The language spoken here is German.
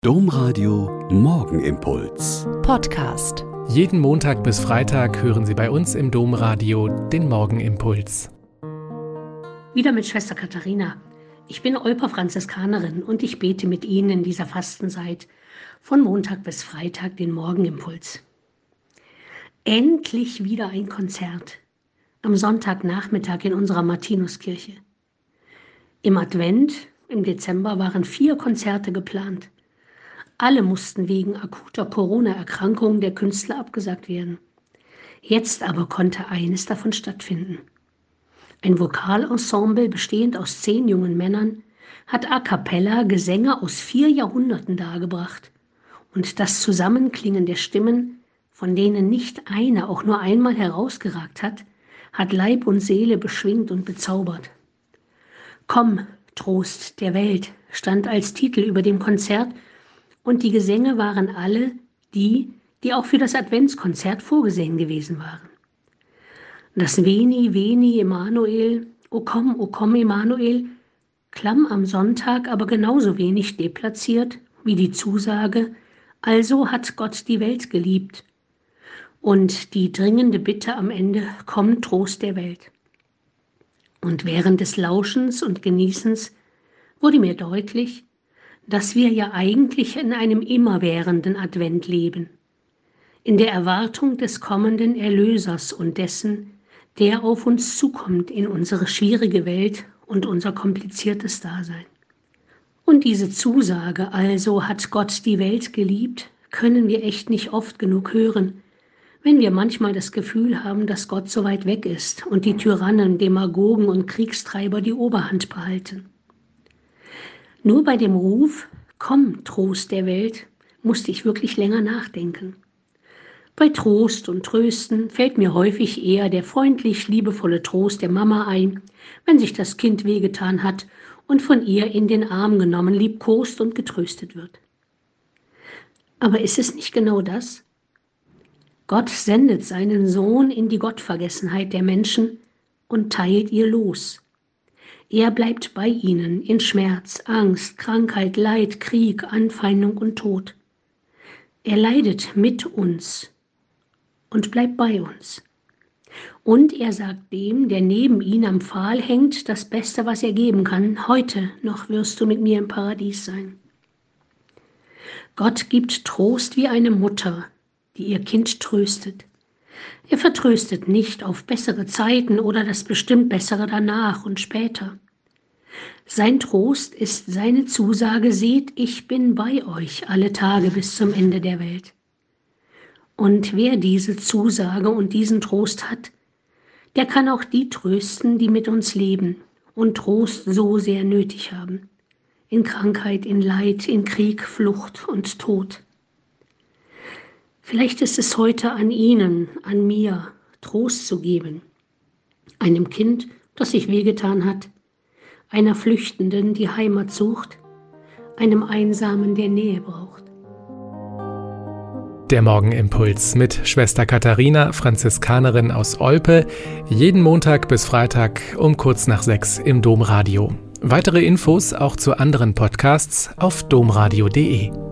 Domradio Morgenimpuls. Podcast. Jeden Montag bis Freitag hören Sie bei uns im Domradio den Morgenimpuls. Wieder mit Schwester Katharina. Ich bin Olper-Franziskanerin und ich bete mit Ihnen in dieser Fastenzeit von Montag bis Freitag den Morgenimpuls. Endlich wieder ein Konzert am Sonntagnachmittag in unserer Martinuskirche. Im Advent, im Dezember, waren 4 Konzerte geplant. Alle mussten wegen akuter Corona-Erkrankungen der Künstler abgesagt werden. Jetzt aber konnte eines davon stattfinden. Ein Vokalensemble bestehend aus 10 jungen Männern hat a cappella Gesänge aus 4 Jahrhunderten dargebracht. Und das Zusammenklingen der Stimmen, von denen nicht eine auch nur einmal herausgeragt hat, hat Leib und Seele beschwingt und bezaubert. Komm, Trost der Welt stand als Titel über dem Konzert, und die Gesänge waren alle die auch für das Adventskonzert vorgesehen gewesen waren. Das Veni, Veni, Emmanuel, O komm, Emmanuel, klang am Sonntag aber genauso wenig deplatziert wie die Zusage, also hat Gott die Welt geliebt. Und die dringende Bitte am Ende, komm, Trost der Welt. Und während des Lauschens und Genießens wurde mir deutlich, dass wir ja eigentlich in einem immerwährenden Advent leben, in der Erwartung des kommenden Erlösers und dessen, der auf uns zukommt in unsere schwierige Welt und unser kompliziertes Dasein. Und diese Zusage, also hat Gott die Welt geliebt, können wir echt nicht oft genug hören, wenn wir manchmal das Gefühl haben, dass Gott so weit weg ist und die Tyrannen, Demagogen und Kriegstreiber die Oberhand behalten. Nur bei dem Ruf, komm, Trost der Welt, musste ich wirklich länger nachdenken. Bei Trost und Trösten fällt mir häufig eher der freundlich liebevolle Trost der Mama ein, wenn sich das Kind wehgetan hat und von ihr in den Arm genommen, liebkost und getröstet wird. Aber ist es nicht genau das? Gott sendet seinen Sohn in die Gottvergessenheit der Menschen und teilt ihr los. Er bleibt bei ihnen in Schmerz, Angst, Krankheit, Leid, Krieg, Anfeindung und Tod. Er leidet mit uns und bleibt bei uns. Und er sagt dem, der neben ihm am Pfahl hängt, das Beste, was er geben kann: Heute noch wirst du mit mir im Paradies sein. Gott gibt Trost wie eine Mutter, die ihr Kind tröstet. Er vertröstet nicht auf bessere Zeiten oder das bestimmt Bessere danach und später. Sein Trost ist seine Zusage: Seht, ich bin bei euch alle Tage bis zum Ende der Welt. Und wer diese Zusage und diesen Trost hat, der kann auch die trösten, die mit uns leben und Trost so sehr nötig haben. In Krankheit, in Leid, in Krieg, Flucht und Tod. Vielleicht ist es heute an Ihnen, an mir, Trost zu geben. Einem Kind, das sich wehgetan hat, einer Flüchtenden, die Heimat sucht, einem Einsamen, der Nähe braucht. Der Morgenimpuls mit Schwester Katharina, Franziskanerin aus Olpe, jeden Montag bis Freitag um kurz nach 6 im Domradio. Weitere Infos auch zu anderen Podcasts auf domradio.de.